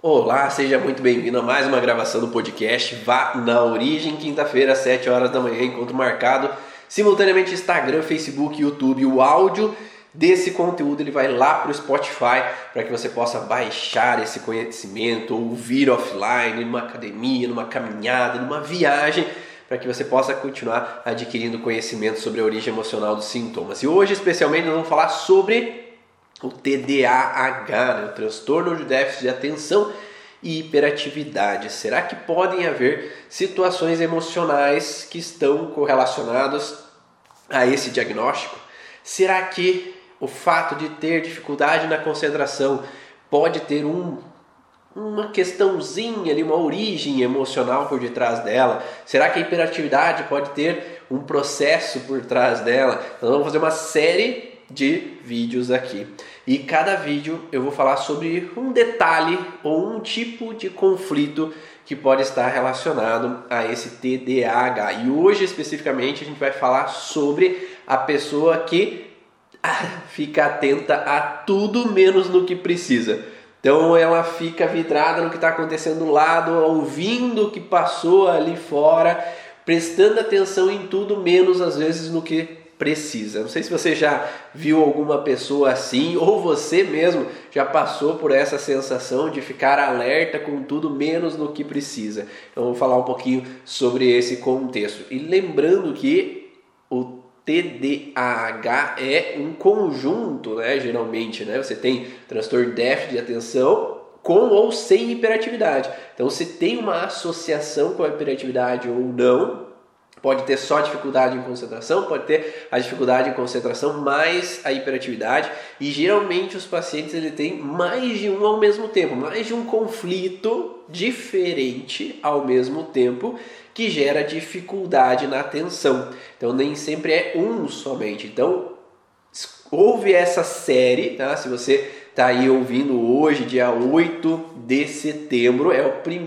Olá, seja muito bem-vindo a mais uma gravação do podcast Vá na Origem, quinta-feira, às 7 horas da manhã, encontro marcado, simultaneamente Instagram, Facebook, YouTube. O áudio desse conteúdo ele vai lá para o Spotify para que você possa baixar esse conhecimento, ouvir offline, numa academia, numa caminhada, numa viagem, para que você possa continuar adquirindo conhecimento sobre a origem emocional dos sintomas. E hoje, especialmente, nós vamos falar sobre o TDAH, né? O transtorno de déficit de atenção e hiperatividade. Será que podem haver situações emocionais que estão correlacionadas a esse diagnóstico? Será que o fato de ter dificuldade na concentração pode ter uma questãozinha ali, uma origem emocional por detrás dela? Será que a hiperatividade pode ter um processo por trás dela? Nós vamos fazer uma série de vídeos aqui. E cada vídeo eu vou falar sobre um detalhe ou um tipo de conflito que pode estar relacionado a esse TDAH. E hoje especificamente a gente vai falar sobre a pessoa que fica atenta a tudo menos no que precisa. Então ela fica vidrada no que está acontecendo do lado, ouvindo o que passou ali fora, prestando atenção em tudo menos às vezes no que precisa. Não sei se você já viu alguma pessoa assim, ou você mesmo já passou por essa sensação de ficar alerta com tudo menos no que precisa. Então vou falar um pouquinho sobre esse contexto. E lembrando que o TDAH é um conjunto, né? Geralmente, né? Você tem transtorno de déficit de atenção com ou sem hiperatividade. Então se tem uma associação com a hiperatividade ou não. Pode ter só dificuldade em concentração, pode ter a dificuldade em concentração mais a hiperatividade. E geralmente os pacientes ele têm mais de um ao mesmo tempo, mais de um conflito diferente ao mesmo tempo que gera dificuldade na atenção. Então nem sempre é um somente. Então ouve essa série, tá? Se você está aí ouvindo hoje, dia 8 de setembro, é a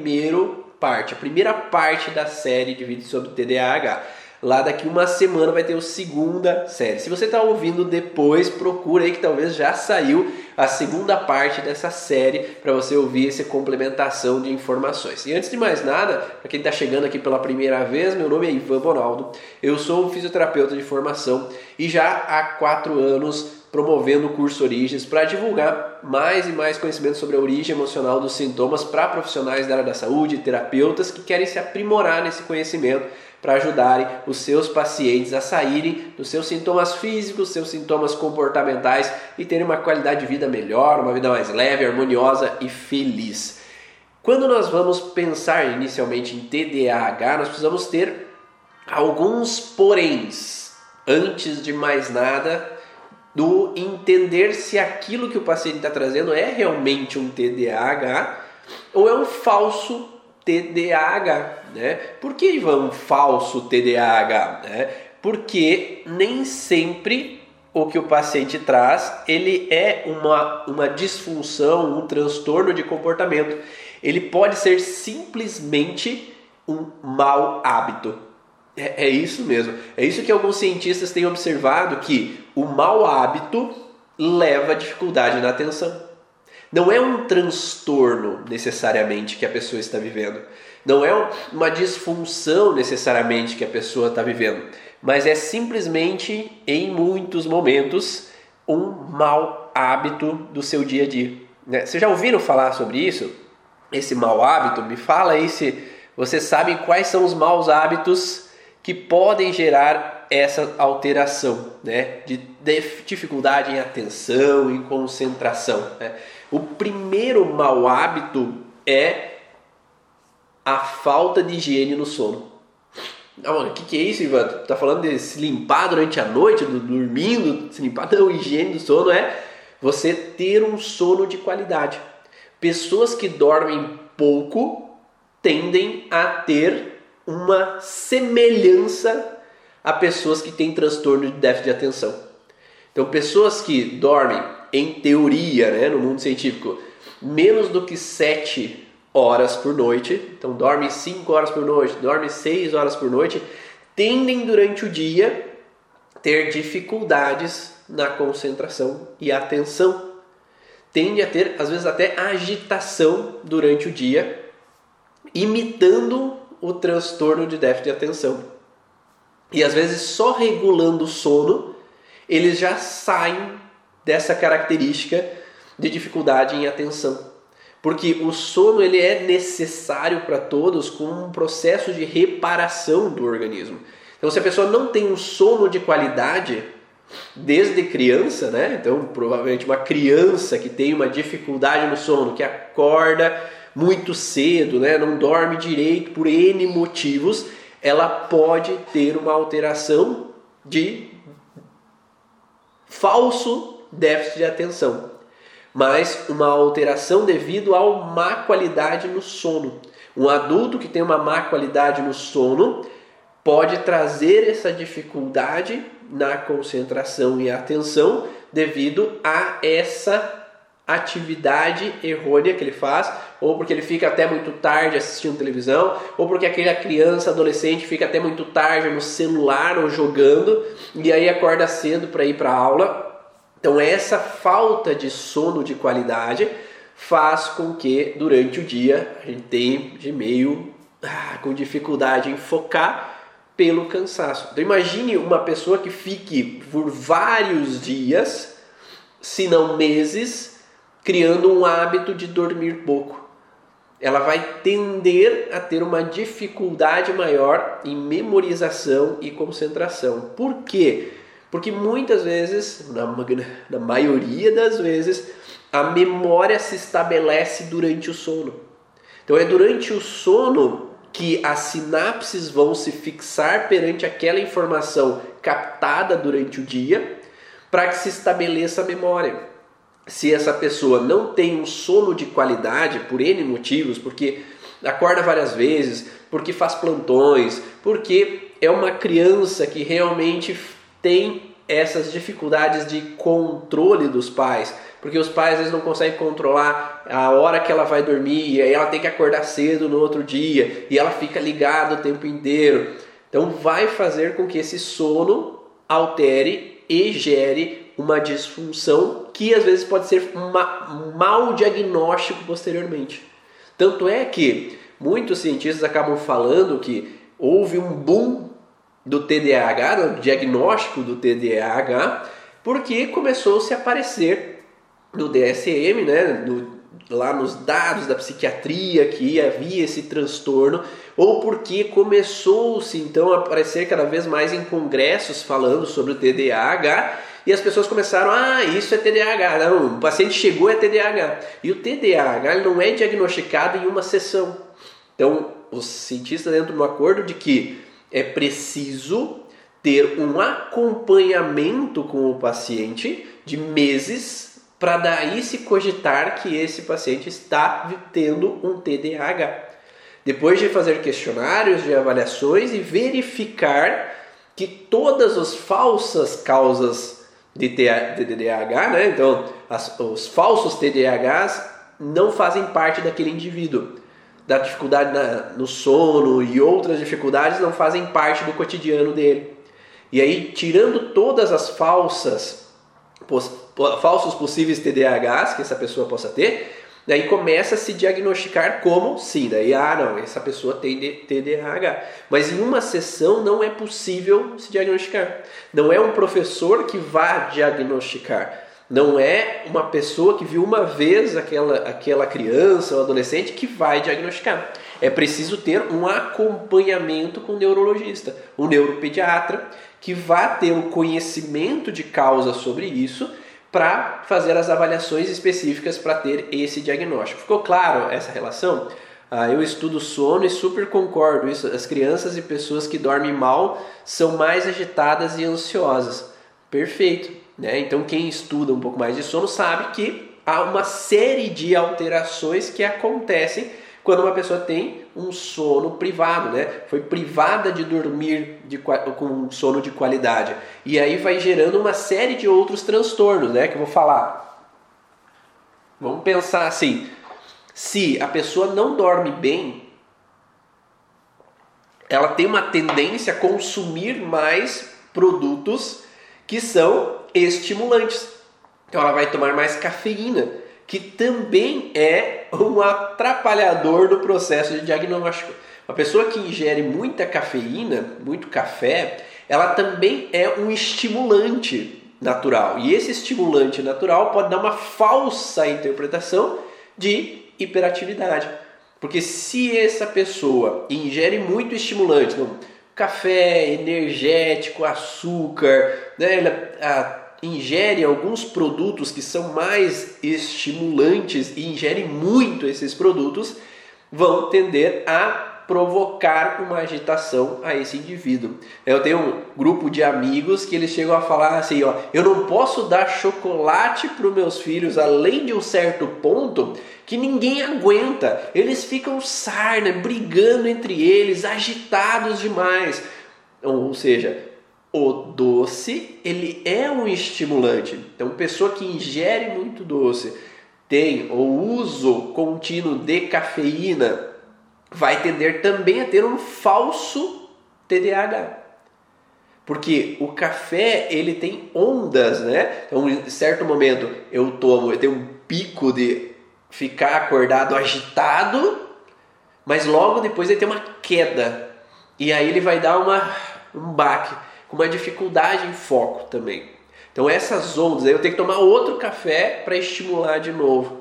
primeira parte da série de vídeos sobre TDAH. Lá daqui uma semana vai ter a segunda série. Se você está ouvindo depois, procura aí que talvez já saiu a segunda parte dessa série para você ouvir essa complementação de informações. E antes de mais nada, para quem está chegando aqui pela primeira vez, meu nome é Ivan Bonaldo, eu sou um fisioterapeuta de formação e já há 4 anos promovendo o curso Origens para divulgar mais e mais conhecimento sobre a origem emocional dos sintomas para profissionais da área da saúde, terapeutas que querem se aprimorar nesse conhecimento para ajudarem os seus pacientes a saírem dos seus sintomas físicos, seus sintomas comportamentais e terem uma qualidade de vida melhor, uma vida mais leve, harmoniosa e feliz. Quando nós vamos pensar inicialmente em TDAH, nós precisamos ter alguns poréns. Antes de mais nada, do entender se aquilo que o paciente está trazendo é realmente um TDAH ou é um falso TDAH, né? Por que, Ivan, um falso TDAH? Porque nem sempre o que o paciente traz ele é uma disfunção, um transtorno de comportamento. Ele pode ser simplesmente um mau hábito. É isso mesmo. É isso que alguns cientistas têm observado, que o mau hábito leva a dificuldade na atenção. Não é um transtorno necessariamente que a pessoa está vivendo. Não é uma disfunção necessariamente que a pessoa está vivendo. Mas é simplesmente, em muitos momentos, um mau hábito do seu dia a dia. Vocês já ouviram falar sobre isso? Esse mau hábito? Me fala aí se vocês sabem quais são os maus hábitos que podem gerar essa alteração, né, de dificuldade em atenção, em concentração. O primeiro mau hábito é a falta de higiene no sono. O que é isso, Ivan? Tu tá falando de se limpar durante a noite, dormindo, se limpar? Não, higiene do sono é você ter um sono de qualidade. Pessoas que dormem pouco tendem a ter uma semelhança a pessoas que têm transtorno de déficit de atenção. Então, pessoas que dormem, em teoria, né, no mundo científico, menos do que 7 horas por noite, então dormem 5 horas por noite, dormem 6 horas por noite, tendem durante o dia ter dificuldades na concentração e atenção. tende a ter, às vezes, até agitação durante o dia, imitando o transtorno de déficit de atenção. E às vezes só regulando o sono, eles já saem dessa característica de dificuldade em atenção. Porque o sono ele é necessário para todos como um processo de reparação do organismo. Então se a pessoa não tem um sono de qualidade desde criança, né? Então provavelmente uma criança que tem uma dificuldade no sono, que acorda muito cedo, né? Não dorme direito por N motivos, ela pode ter uma alteração de falso déficit de atenção, mas uma alteração devido a uma má qualidade no sono. Um adulto que tem uma má qualidade no sono pode trazer essa dificuldade na concentração e atenção devido a essa atividade errônea que ele faz, ou porque ele fica até muito tarde assistindo televisão, ou porque aquela criança, adolescente fica até muito tarde no celular ou jogando, e aí acorda cedo para ir para a aula. Então essa falta de sono de qualidade faz com que durante o dia a gente tenha de meio com dificuldade em focar pelo cansaço. Então imagine uma pessoa que fique por vários dias, se não meses, criando um hábito de dormir pouco. Ela vai tender a ter uma dificuldade maior em memorização e concentração. Por quê? Porque muitas vezes, na maioria das vezes, a memória se estabelece durante o sono. Então é durante o sono que as sinapses vão se fixar perante aquela informação captada durante o dia para que se estabeleça a memória. Se essa pessoa não tem um sono de qualidade, por N motivos, porque acorda várias vezes, porque faz plantões, porque é uma criança que realmente tem essas dificuldades de controle dos pais, porque os pais às vezes não conseguem controlar a hora que ela vai dormir, e aí ela tem que acordar cedo no outro dia, e ela fica ligada o tempo inteiro. Então vai fazer com que esse sono altere e gere uma disfunção que às vezes pode ser um mau diagnóstico posteriormente. Tanto é que muitos cientistas acabam falando que houve um boom do TDAH, do diagnóstico do TDAH, porque começou-se a aparecer no DSM, né, lá nos dados da psiquiatria que havia esse transtorno, ou porque começou-se então a aparecer cada vez mais em congressos falando sobre o TDAH, e as pessoas começaram, isso é TDAH, não, o paciente chegou, é TDAH. E o TDAH não é diagnosticado em uma sessão. Então, os cientistas entram no acordo de que é preciso ter um acompanhamento com o paciente de meses para daí se cogitar que esse paciente está tendo um TDAH. Depois de fazer questionários de avaliações e verificar que todas as falsas causas de TDAH, né? Então os falsos TDAHs não fazem parte daquele indivíduo. Da dificuldade no sono e outras dificuldades não fazem parte do cotidiano dele. E aí, tirando todas as falsos possíveis TDAHs que essa pessoa possa ter, daí começa a se diagnosticar como sim, daí não, essa pessoa tem TDAH. Mas em uma sessão não é possível se diagnosticar. Não é um professor que vá diagnosticar. Não é uma pessoa que viu uma vez aquela criança ou adolescente que vai diagnosticar. É preciso ter um acompanhamento com o neurologista, um neuropediatra, que vá ter um conhecimento de causa sobre isso para fazer as avaliações específicas para ter esse diagnóstico. Ficou claro essa relação? Eu estudo sono e super concordo isso. As crianças e pessoas que dormem mal são mais agitadas e ansiosas. Perfeito, né? Então quem estuda um pouco mais de sono sabe que há uma série de alterações que acontecem quando uma pessoa tem um sono privado, né? Foi privada de dormir com um sono de qualidade. E aí vai gerando uma série de outros transtornos, né? Que eu vou falar. Vamos pensar assim. Se a pessoa não dorme bem, ela tem uma tendência a consumir mais produtos que são estimulantes. Então ela vai tomar mais cafeína. que também é um atrapalhador do processo de diagnóstico. Uma pessoa que ingere muita cafeína, muito café, ela também é um estimulante natural. E esse estimulante natural pode dar uma falsa interpretação de hiperatividade. Porque se essa pessoa ingere muito estimulante, café, energético, açúcar, né, ela ingere alguns produtos que são mais estimulantes e ingere muito esses produtos, vão tender a provocar uma agitação a esse indivíduo. Eu tenho um grupo de amigos que eles chegam a falar assim, eu não posso dar chocolate para os meus filhos além de um certo ponto que ninguém aguenta. Eles ficam sarna, brigando entre eles, agitados demais. Ou seja, o doce, ele é um estimulante. Então, pessoa que ingere muito doce, tem o uso contínuo de cafeína, vai tender também a ter um falso TDAH. Porque o café, ele tem ondas, né? Então, em certo momento eu tenho um pico de ficar acordado agitado, mas logo depois ele tem uma queda. E aí ele vai dar um baque, com uma dificuldade em foco também. Então essas ondas, aí eu tenho que tomar outro café para estimular de novo.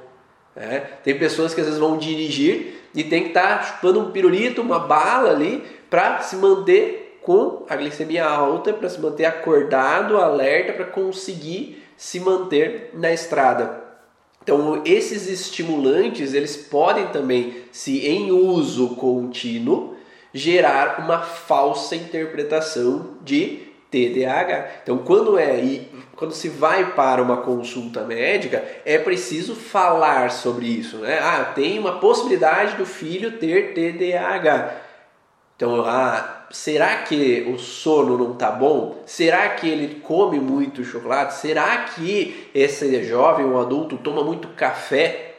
Tem pessoas que às vezes vão dirigir e tem que estar chupando um pirulito, uma bala ali, para se manter com a glicemia alta, para se manter acordado, alerta, para conseguir se manter na estrada. Então esses estimulantes, eles podem também, se em uso contínuo, gerar uma falsa interpretação de TDAH. Então quando se vai para uma consulta médica, é preciso falar sobre isso, né? Tem uma possibilidade do filho ter TDAH. Então, será que o sono não está bom? Será que ele come muito chocolate? Será que esse jovem ou adulto toma muito café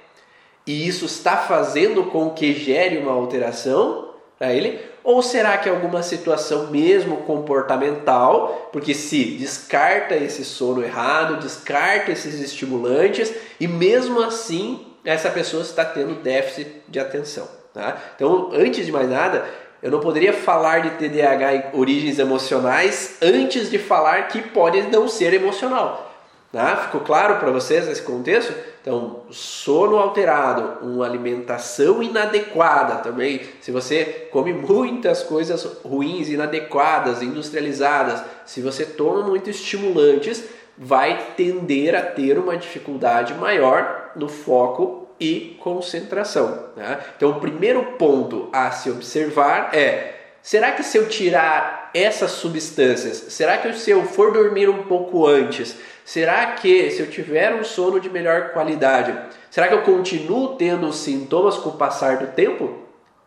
e isso está fazendo com que gere uma alteração para ele? Ou será que é alguma situação mesmo comportamental, porque se descarta esse sono errado, descarta esses estimulantes e mesmo assim essa pessoa está tendo déficit de atenção, tá? Então, antes de mais nada, eu não poderia falar de TDAH e origens emocionais antes de falar que pode não ser emocional. Tá? Ficou claro para vocês nesse contexto? Então, sono alterado, uma alimentação inadequada também. Se você come muitas coisas ruins, inadequadas, industrializadas, se você toma muitos estimulantes, vai tender a ter uma dificuldade maior no foco e concentração. Tá? Então, o primeiro ponto a se observar é: será que se eu tirar essas substâncias, será que se eu for dormir um pouco antes, será que se eu tiver um sono de melhor qualidade, será que eu continuo tendo sintomas com o passar do tempo?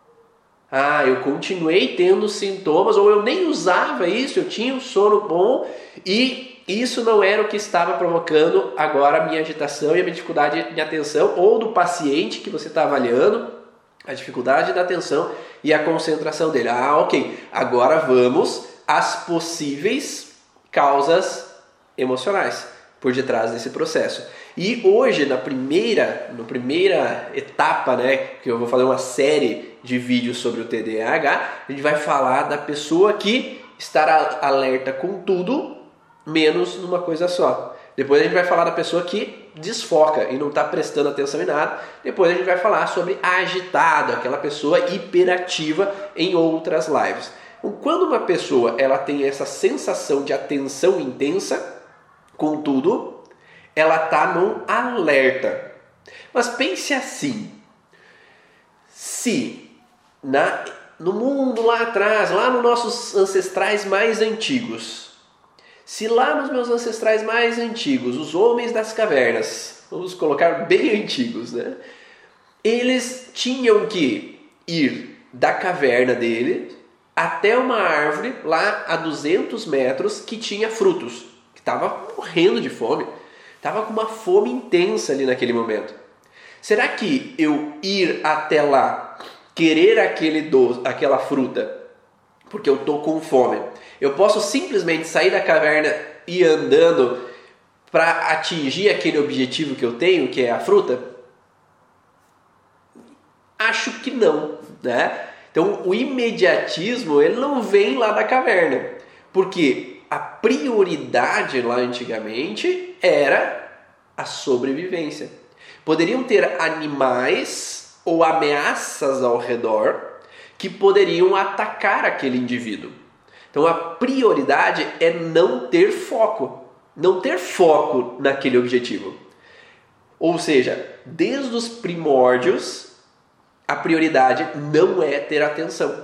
Eu continuei tendo sintomas, ou eu nem usava isso, eu tinha um sono bom e isso não era o que estava provocando agora a minha agitação e a minha dificuldade de atenção, ou do paciente que você está avaliando, a dificuldade da atenção e a concentração dele. Ok, agora vamos às possíveis causas emocionais por detrás desse processo. E hoje, na primeira etapa, né, que eu vou fazer uma série de vídeos sobre o TDAH, a gente vai falar da pessoa que estará alerta com tudo, menos numa coisa só. Depois a gente vai falar da pessoa que desfoca e não está prestando atenção em nada. Depois a gente vai falar sobre agitado, aquela pessoa hiperativa em outras lives. Então, quando uma pessoa ela tem essa sensação de atenção intensa, contudo, ela está num alerta. Mas pense assim, se no mundo lá atrás, lá nos nossos ancestrais mais antigos, se lá nos meus ancestrais mais antigos, os homens das cavernas, vamos colocar bem antigos, né? Eles tinham que ir da caverna dele até uma árvore lá a 200 metros que tinha frutos, que estava morrendo de fome, estava com uma fome intensa ali naquele momento. Será que eu ir até lá, querer aquela fruta, porque eu estou com fome, eu posso simplesmente sair da caverna e ir andando para atingir aquele objetivo que eu tenho, que é a fruta? Acho que não, né? Então o imediatismo ele não vem lá da caverna, porque a prioridade lá antigamente era a sobrevivência. Poderiam ter animais ou ameaças ao redor que poderiam atacar aquele indivíduo. Então a prioridade é não ter foco naquele objetivo. Ou seja, desde os primórdios, a prioridade não é ter atenção.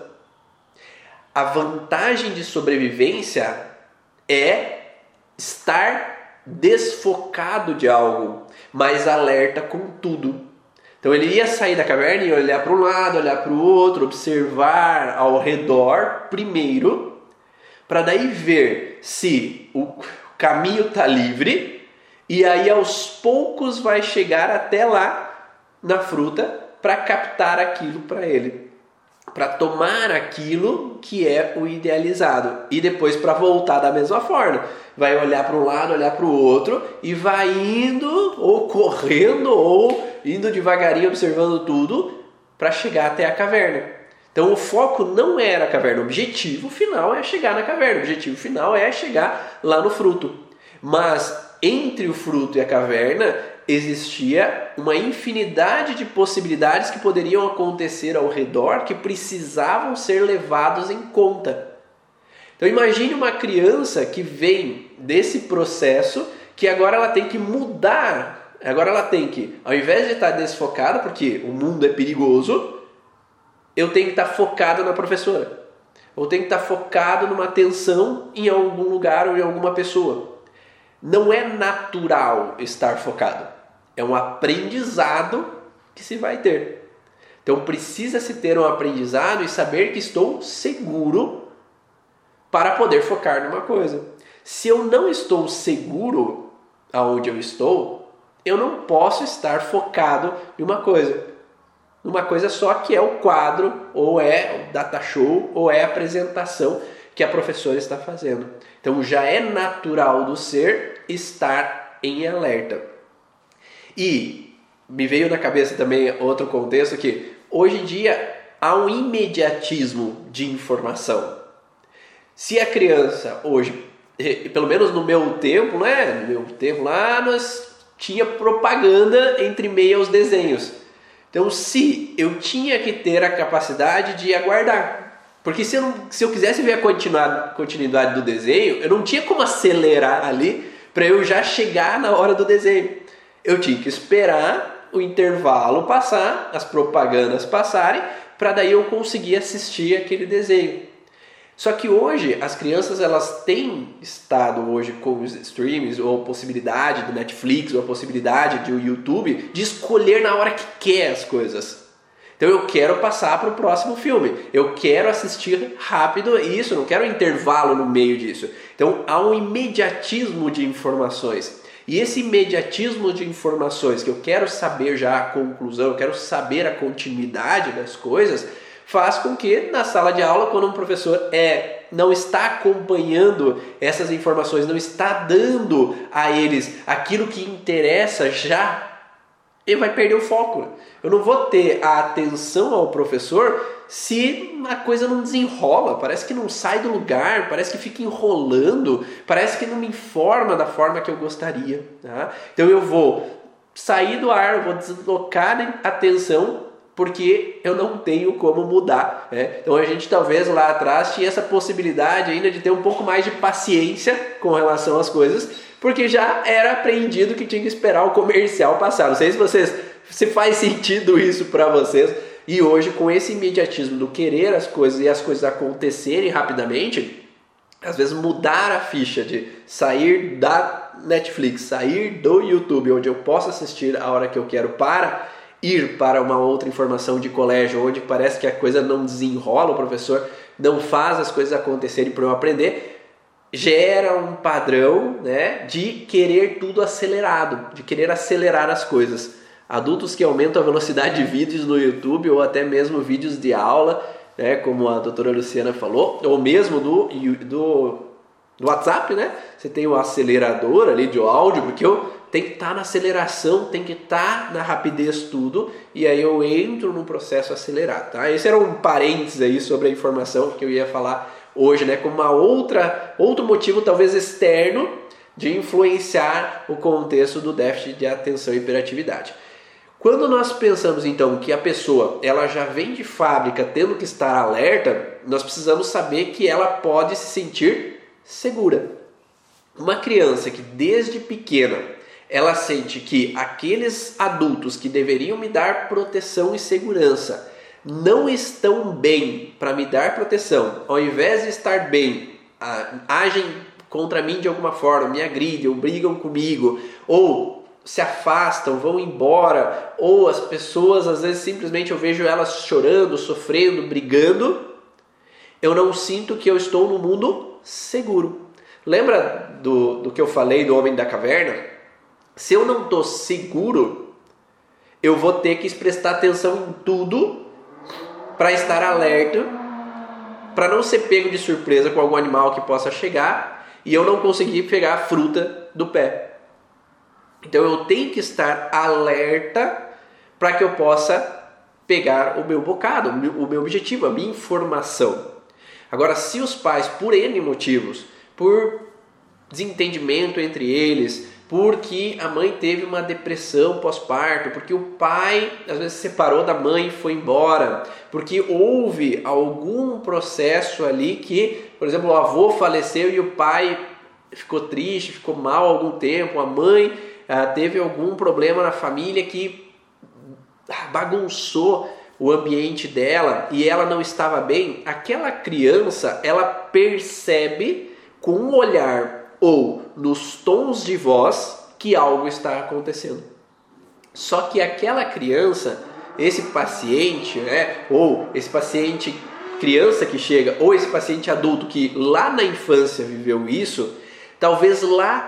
A vantagem de sobrevivência é estar desfocado de algo, mas alerta com tudo. Então ele ia sair da caverna e olhar para um lado, olhar para o outro, observar ao redor primeiro, para daí ver se o caminho está livre e aí aos poucos vai chegar até lá na fruta para captar aquilo para ele, para tomar aquilo que é o idealizado e depois para voltar da mesma forma. Vai olhar para um lado, olhar para o outro e vai indo ou correndo ou indo devagarinho observando tudo para chegar até a caverna. Então o foco não era a caverna, o objetivo final é chegar na caverna, o objetivo final é chegar lá no fruto. Mas entre o fruto e a caverna existia uma infinidade de possibilidades que poderiam acontecer ao redor que precisavam ser levados em conta. Então imagine uma criança que vem desse processo que agora ela tem que mudar. Agora ela tem que, ao invés de estar desfocada, porque o mundo é perigoso, eu tenho que estar focado na professora. Ou tenho que estar focado numa atenção em algum lugar ou em alguma pessoa. Não é natural estar focado. É um aprendizado que se vai ter. Então precisa se ter um aprendizado e saber que estou seguro para poder focar numa coisa. Se eu não estou seguro aonde eu estou, eu não posso estar focado em uma coisa. Uma coisa só que é o quadro, ou é o data show, ou é a apresentação que a professora está fazendo. Então já é natural do ser estar em alerta. E me veio na cabeça também outro contexto que hoje em dia há um imediatismo de informação. Se a criança hoje, pelo menos no meu tempo, né? No meu tempo lá, nós tinha propaganda entre meio aos desenhos. Então, se eu tinha que ter a capacidade de aguardar, porque se eu quisesse ver a continuidade do desenho, eu não tinha como acelerar ali para eu já chegar na hora do desenho. Eu tinha que esperar o intervalo passar, as propagandas passarem, para daí eu conseguir assistir aquele desenho. Só que hoje as crianças elas têm estado hoje com os streams ou a possibilidade do Netflix ou a possibilidade do YouTube de escolher na hora que quer as coisas. Então eu quero passar para o próximo filme, eu quero assistir rápido isso, não quero intervalo no meio disso. Então há um imediatismo de informações. E esse imediatismo de informações que eu quero saber já a conclusão, eu quero saber a continuidade das coisas, faz com que na sala de aula, quando um professor não está acompanhando essas informações, não está dando a eles aquilo que interessa já, ele vai perder o foco. Eu não vou ter a atenção ao professor se a coisa não desenrola, parece que não sai do lugar, parece que fica enrolando, parece que não me informa da forma que eu gostaria. Tá? Então eu vou sair do ar, eu vou deslocar a atenção, porque eu não tenho como mudar. Né? Então a gente talvez lá atrás tinha essa possibilidade ainda de ter um pouco mais de paciência com relação às coisas, porque já era aprendido que tinha que esperar o comercial passar. Não sei se faz sentido isso para vocês. E hoje com esse imediatismo do querer as coisas e as coisas acontecerem rapidamente, às vezes mudar a ficha de sair da Netflix, sair do YouTube, onde eu posso assistir a hora que eu quero para ir para uma outra informação de colégio, onde parece que a coisa não desenrola, o professor não faz as coisas acontecerem para eu aprender, gera um padrão, né, de querer tudo acelerado, de querer acelerar as coisas. Adultos que aumentam a velocidade de vídeos no YouTube ou até mesmo vídeos de aula, né, como a doutora Luciana falou, ou mesmo do WhatsApp, né? Você tem o acelerador ali de áudio, porque eu tem que estar na aceleração, tem que estar na rapidez tudo, e aí eu entro num processo acelerado, tá? Esse era um parênteses aí sobre a informação que eu ia falar hoje, né? Como outro motivo talvez externo de influenciar o contexto do déficit de atenção e hiperatividade. Quando nós pensamos então que a pessoa ela já vem de fábrica tendo que estar alerta, nós precisamos saber que ela pode se sentir segura. Uma criança que desde pequena ela sente que aqueles adultos que deveriam me dar proteção e segurança não estão bem para me dar proteção, ao invés de estar bem, agem contra mim de alguma forma, me agridem ou brigam comigo, ou se afastam, vão embora, ou as pessoas, às vezes simplesmente eu vejo elas chorando, sofrendo, brigando, eu não sinto que eu estou no mundo seguro. Lembra do que eu falei do homem da caverna? Se eu não estou seguro, eu vou ter que prestar atenção em tudo para estar alerta, para não ser pego de surpresa com algum animal que possa chegar e eu não conseguir pegar a fruta do pé. Então eu tenho que estar alerta para que eu possa pegar o meu bocado, o meu objetivo, a minha informação. Agora, se os pais, por N motivos, por desentendimento entre eles, porque a mãe teve uma depressão pós-parto, porque o pai às vezes se separou da mãe e foi embora, porque houve algum processo ali que, por exemplo, o avô faleceu e o pai ficou triste, ficou mal algum tempo, a mãe teve algum problema na família que bagunçou o ambiente dela e ela não estava bem, aquela criança ela percebe com um olhar ou nos tons de voz que algo está acontecendo. Só que aquela criança, esse paciente, ou esse paciente criança que chega, ou esse paciente adulto que lá na infância viveu isso, talvez lá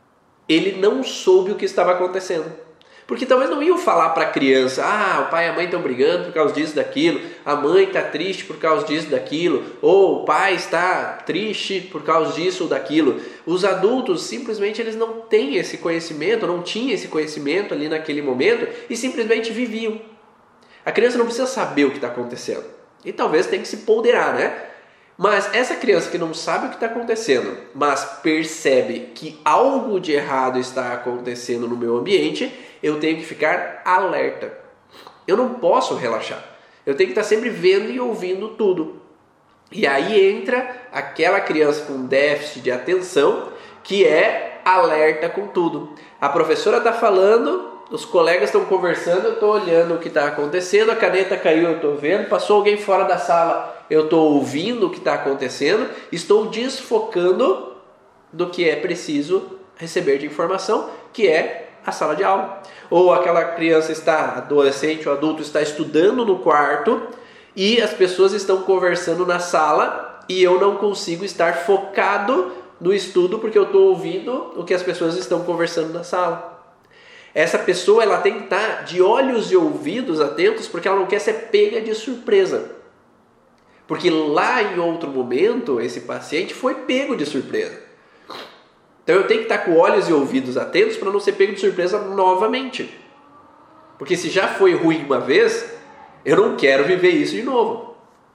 ele não soube o que estava acontecendo. Porque talvez não iam falar para a criança, o pai e a mãe estão brigando por causa disso, daquilo, a mãe está triste por causa disso, daquilo, ou o pai está triste por causa disso ou daquilo. Os adultos simplesmente eles não têm esse conhecimento, não tinham esse conhecimento ali naquele momento e simplesmente viviam. A criança não precisa saber o que está acontecendo. E talvez tenha que se ponderar, né? Mas essa criança que não sabe o que está acontecendo, mas percebe que algo de errado está acontecendo no meu ambiente, eu tenho que ficar alerta. Eu não posso relaxar. Eu tenho que estar sempre vendo e ouvindo tudo. E aí entra aquela criança com déficit de atenção que é alerta com tudo. A professora está falando, os colegas estão conversando, eu estou olhando o que está acontecendo, a caneta caiu, eu estou vendo, passou alguém fora da sala, eu estou ouvindo o que está acontecendo, estou desfocando do que é preciso receber de informação, que é a sala de aula. Ou aquela criança está, adolescente ou adulto, está estudando no quarto e as pessoas estão conversando na sala e eu não consigo estar focado no estudo porque eu estou ouvindo o que as pessoas estão conversando na sala. Essa pessoa ela tem que estar de olhos e ouvidos atentos porque ela não quer ser pega de surpresa. Porque lá em outro momento, esse paciente foi pego de surpresa. Então eu tenho que estar com olhos e ouvidos atentos para não ser pego de surpresa novamente. Porque se já foi ruim uma vez, eu não quero viver isso de novo.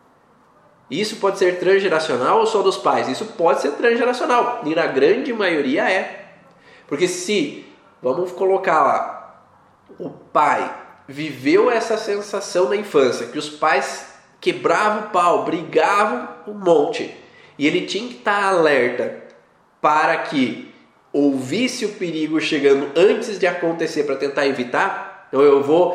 Isso pode ser transgeracional ou só dos pais? Isso pode ser transgeracional. E na grande maioria é. Porque se, vamos colocar lá, o pai viveu essa sensação na infância, que os pais quebravam o pau, brigavam um monte. E ele tinha que estar alerta para que ouvisse o perigo chegando antes de acontecer para tentar evitar. Então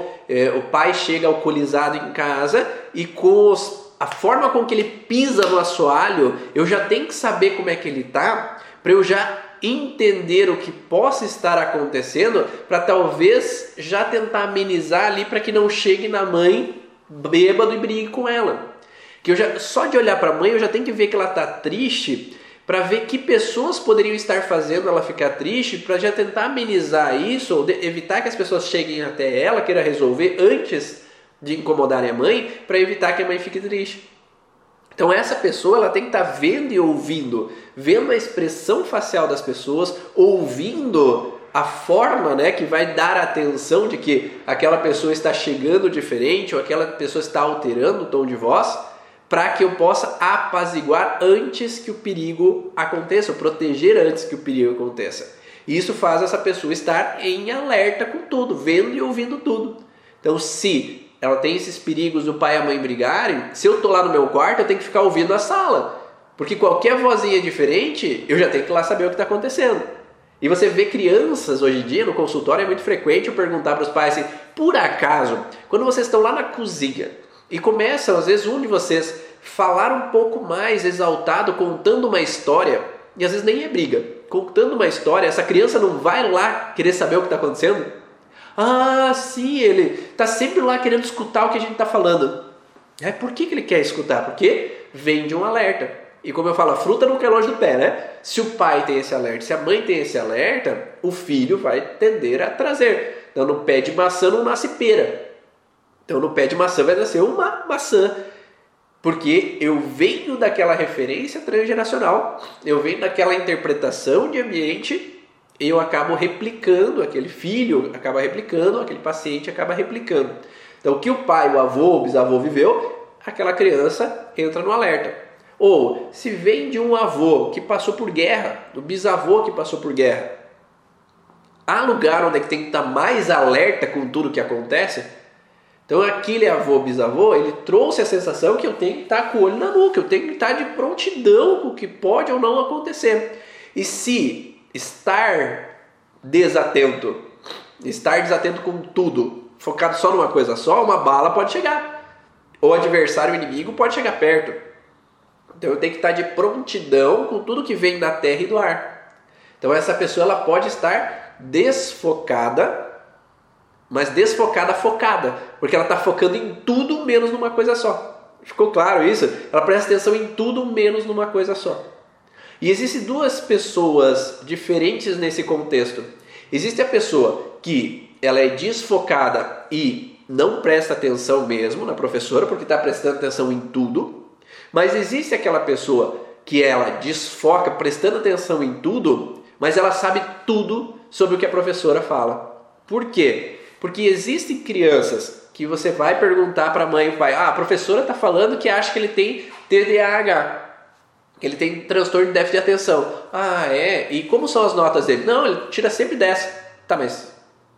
o pai chega alcoolizado em casa e com a forma com que ele pisa no assoalho, eu já tenho que saber como é que ele está, para eu já entender o que possa estar acontecendo, para talvez já tentar amenizar ali para que não chegue na mãe bêbado e brigue com ela. Que só de olhar para a mãe eu já tenho que ver que ela está triste, para ver que pessoas poderiam estar fazendo ela ficar triste, para já tentar amenizar isso, ou evitar que as pessoas cheguem até ela, queira resolver antes de incomodarem a mãe, para evitar que a mãe fique triste. Então essa pessoa ela tem que estar vendo e ouvindo, vendo a expressão facial das pessoas, ouvindo a forma, né, que vai dar a atenção de que aquela pessoa está chegando diferente ou aquela pessoa está alterando o tom de voz, para que eu possa apaziguar antes que o perigo aconteça, ou proteger antes que o perigo aconteça. E isso faz essa pessoa estar em alerta com tudo, vendo e ouvindo tudo. Então, se ela tem esses perigos do pai e a mãe brigarem, se eu estou lá no meu quarto, eu tenho que ficar ouvindo a sala. Porque qualquer vozinha diferente, eu já tenho que ir lá saber o que está acontecendo. E você vê crianças hoje em dia, no consultório, é muito frequente eu perguntar para os pais assim, por acaso, quando vocês estão lá na cozinha e começam, às vezes, um de vocês falar um pouco mais exaltado, contando uma história, e às vezes nem é briga, contando uma história, essa criança não vai lá querer saber o que está acontecendo? Ah, sim, ele está sempre lá querendo escutar o que a gente está falando. Por que ele quer escutar? Porque vem de um alerta. E como eu falo, a fruta não quer longe do pé, né? Se o pai tem esse alerta, se a mãe tem esse alerta, o filho vai tender a trazer. Então no pé de maçã não nasce pera. Então no pé de maçã vai nascer uma maçã. Porque eu venho daquela referência transgeracional, eu venho daquela interpretação de ambiente e eu acabo replicando, aquele filho acaba replicando, aquele paciente acaba replicando. Então o que o pai, o avô, o bisavô viveu, aquela criança entra no alerta. Ou se vem de um avô que passou por guerra, do bisavô que passou por guerra, há lugar onde é que tem que estar mais alerta com tudo que acontece? Então aquele avô, bisavô, ele trouxe a sensação que eu tenho que estar com o olho na nuca, eu tenho que estar de prontidão com o que pode ou não acontecer. E se estar desatento com tudo, focado só numa coisa só, uma bala pode chegar. O adversário, o inimigo pode chegar perto. Então eu tenho que estar de prontidão com tudo que vem da terra e do ar. Então essa pessoa ela pode estar desfocada, mas desfocada focada, porque ela está focando em tudo menos numa coisa só. Ficou claro isso? Ela presta atenção em tudo menos numa coisa só. E existem duas pessoas diferentes nesse contexto. Existe a pessoa que ela é desfocada e não presta atenção mesmo na professora, porque está prestando atenção em tudo. Mas existe aquela pessoa que ela desfoca, prestando atenção em tudo, mas ela sabe tudo sobre o que a professora fala. Por quê? Porque existem crianças que você vai perguntar para a mãe e o pai, a professora está falando que acha que ele tem TDAH, que ele tem transtorno de déficit de atenção. Ah, é? E como são as notas dele? Não, ele tira sempre 10. Tá, mas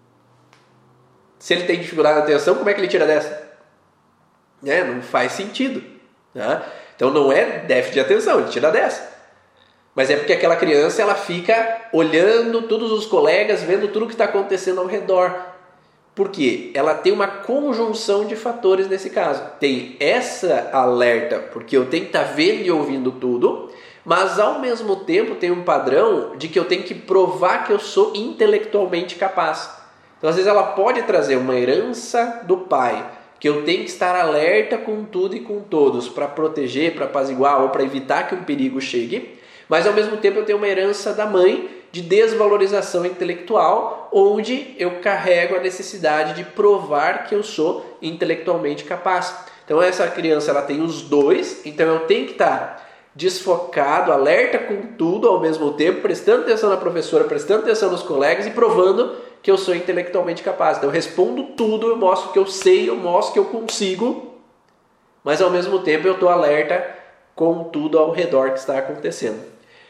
se ele tem dificuldade de atenção, como é que ele tira 10? Não faz sentido. Né? Então não é déficit de atenção, ele tira 10. Mas é porque aquela criança ela fica olhando todos os colegas, vendo tudo que está acontecendo ao redor. Por quê? Ela tem uma conjunção de fatores nesse caso. Tem essa alerta, porque eu tenho que estar vendo e ouvindo tudo, mas ao mesmo tempo tem um padrão de que eu tenho que provar que eu sou intelectualmente capaz. Então às vezes ela pode trazer uma herança do pai, que eu tenho que estar alerta com tudo e com todos para proteger, para apaziguar ou para evitar que um perigo chegue, mas ao mesmo tempo eu tenho uma herança da mãe de desvalorização intelectual, onde eu carrego a necessidade de provar que eu sou intelectualmente capaz. Então essa criança ela tem os dois, então eu tenho que estar desfocado, alerta com tudo ao mesmo tempo, prestando atenção na professora, prestando atenção nos colegas e provando que eu sou intelectualmente capaz. Então eu respondo tudo, eu mostro que eu sei, eu mostro que eu consigo, mas ao mesmo tempo eu estou alerta com tudo ao redor que está acontecendo.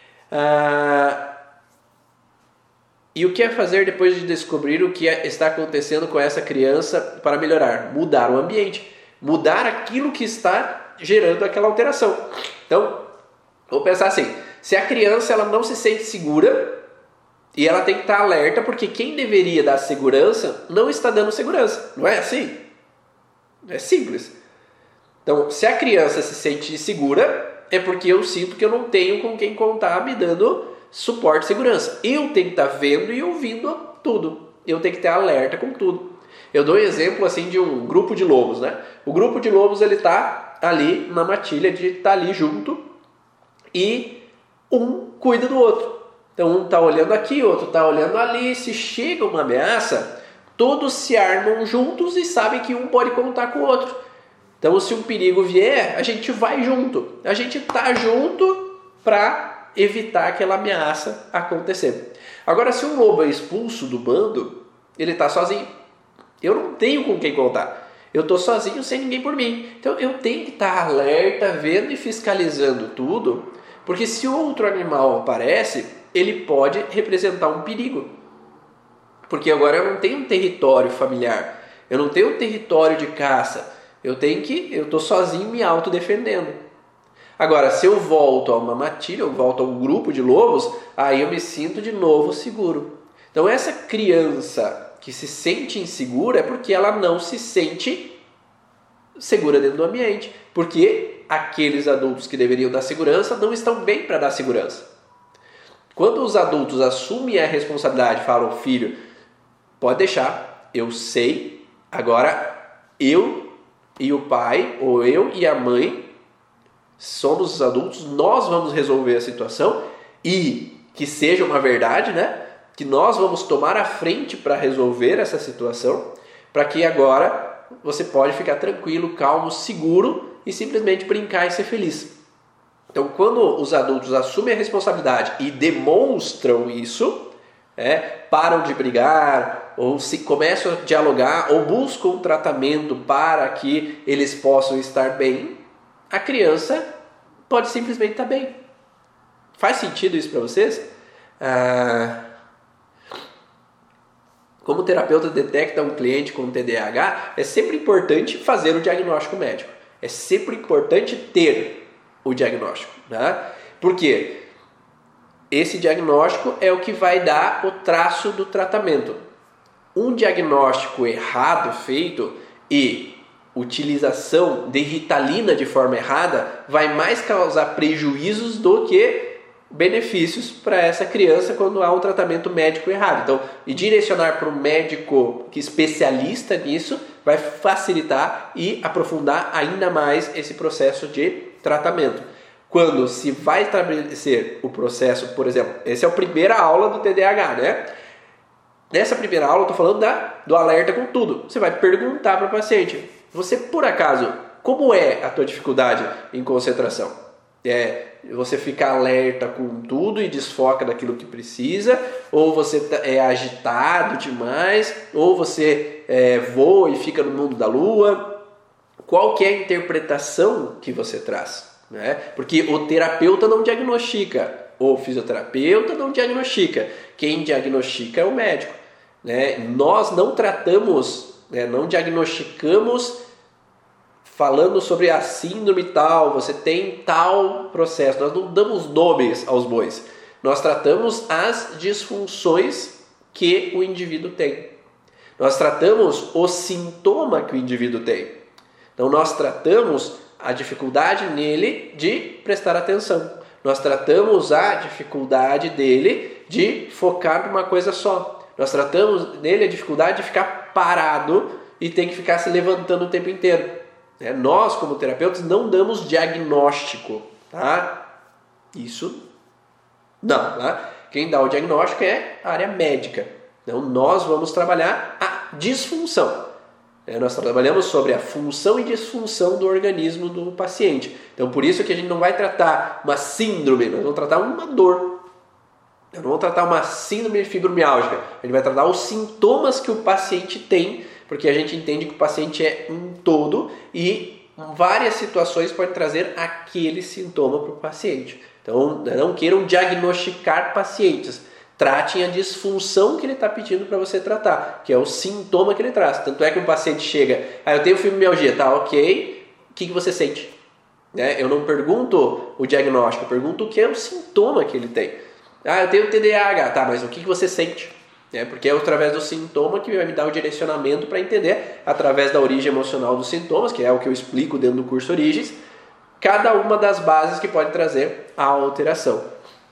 E o que é fazer depois de descobrir o que está acontecendo com essa criança para melhorar? Mudar o ambiente, mudar aquilo que está gerando aquela alteração. Então, vou pensar assim, se a criança ela não se sente segura, e ela tem que estar alerta, porque quem deveria dar segurança não está dando segurança. Não é assim? É simples. Então, se a criança se sente insegura, é porque eu sinto que eu não tenho com quem contar me dando suporte e segurança. Eu tenho que estar vendo e ouvindo tudo. Eu tenho que ter alerta com tudo. Eu dou um exemplo assim de um grupo de lobos, né? O grupo de lobos ele está ali na matilha de estar ali junto e um cuida do outro. Então um está olhando aqui, outro está olhando ali. Se chega uma ameaça, todos se armam juntos e sabem que um pode contar com o outro. Então se um perigo vier, a gente vai junto. A gente está junto para evitar aquela ameaça acontecer. Agora, se um lobo é expulso do bando, ele está sozinho. Eu não tenho com quem contar. Eu estou sozinho sem ninguém por mim. Então eu tenho que estar alerta, vendo e fiscalizando tudo, porque se outro animal aparece, ele pode representar um perigo. Porque agora eu não tenho um território familiar, eu não tenho um território de caça, eu estou sozinho me autodefendendo. Agora, se eu volto a uma matilha, eu volto a um grupo de lobos, aí eu me sinto de novo seguro. Então essa criança que se sente insegura é porque ela não se sente segura dentro do ambiente. Porque aqueles adultos que deveriam dar segurança não estão bem para dar segurança. Quando os adultos assumem a responsabilidade, falam, filho, pode deixar, eu sei, agora eu e o pai, ou eu e a mãe, somos os adultos, nós vamos resolver a situação e que seja uma verdade, né? Que nós vamos tomar a frente para resolver essa situação, para que agora você pode ficar tranquilo, calmo, seguro e simplesmente brincar e ser feliz. Então, quando os adultos assumem a responsabilidade e demonstram isso, param de brigar, ou se começam a dialogar, ou buscam um tratamento para que eles possam estar bem, a criança pode simplesmente estar bem. Faz sentido isso para vocês? Como o terapeuta detecta um cliente com TDAH, é sempre importante fazer o diagnóstico médico. É sempre importante ter o diagnóstico, né? Por quê? Esse diagnóstico é o que vai dar o traço do tratamento. Um diagnóstico errado feito e utilização de Ritalina de forma errada vai mais causar prejuízos do que benefícios para essa criança quando há um tratamento médico errado. Então, e direcionar para um médico que é especialista nisso vai facilitar e aprofundar ainda mais esse processo de tratamento. Quando se vai estabelecer o processo, por exemplo, essa é a primeira aula do TDAH, né? Nessa primeira aula eu estou falando do alerta com tudo. Você vai perguntar para o paciente, você por acaso, como é a tua dificuldade em concentração? Você fica alerta com tudo e desfoca daquilo que precisa, ou você é agitado demais, ou você voa e fica no mundo da lua. Qual que é a interpretação que você traz? Né? Porque o terapeuta não diagnostica, o fisioterapeuta não diagnostica, quem diagnostica é o médico. Né? Nós não tratamos, não diagnosticamos falando sobre a síndrome tal, você tem tal processo. Nós não damos nomes aos bois. Nós tratamos as disfunções que o indivíduo tem. Nós tratamos o sintoma que o indivíduo tem. Então nós tratamos a dificuldade nele de prestar atenção. Nós tratamos a dificuldade dele de focar numa coisa só. Nós tratamos nele a dificuldade de ficar parado e ter que ficar se levantando o tempo inteiro. Nós, como terapeutas, não damos diagnóstico, tá? Isso não, tá? Quem dá o diagnóstico é a área médica. Então, nós vamos trabalhar a disfunção. Nós trabalhamos sobre a função e disfunção do organismo do paciente. Então, por isso que a gente não vai tratar uma síndrome, nós vamos tratar uma dor. Nós não vamos tratar uma síndrome fibromialgica. A gente vai tratar os sintomas que o paciente tem, porque a gente entende que o paciente é um todo e várias situações podem trazer aquele sintoma para o paciente. Então, não queiram diagnosticar pacientes. Tratem a disfunção que ele está pedindo para você tratar, que é o sintoma que ele traz. Tanto é que um paciente chega, eu tenho fibromialgia, tá ok, o que você sente? Eu não pergunto o diagnóstico, eu pergunto o que é o sintoma que ele tem. Eu tenho TDAH, tá, mas o que você sente? Porque é através do sintoma que vai me dar o direcionamento para entender, através da origem emocional dos sintomas, que é o que eu explico dentro do curso Origens, cada uma das bases que pode trazer a alteração.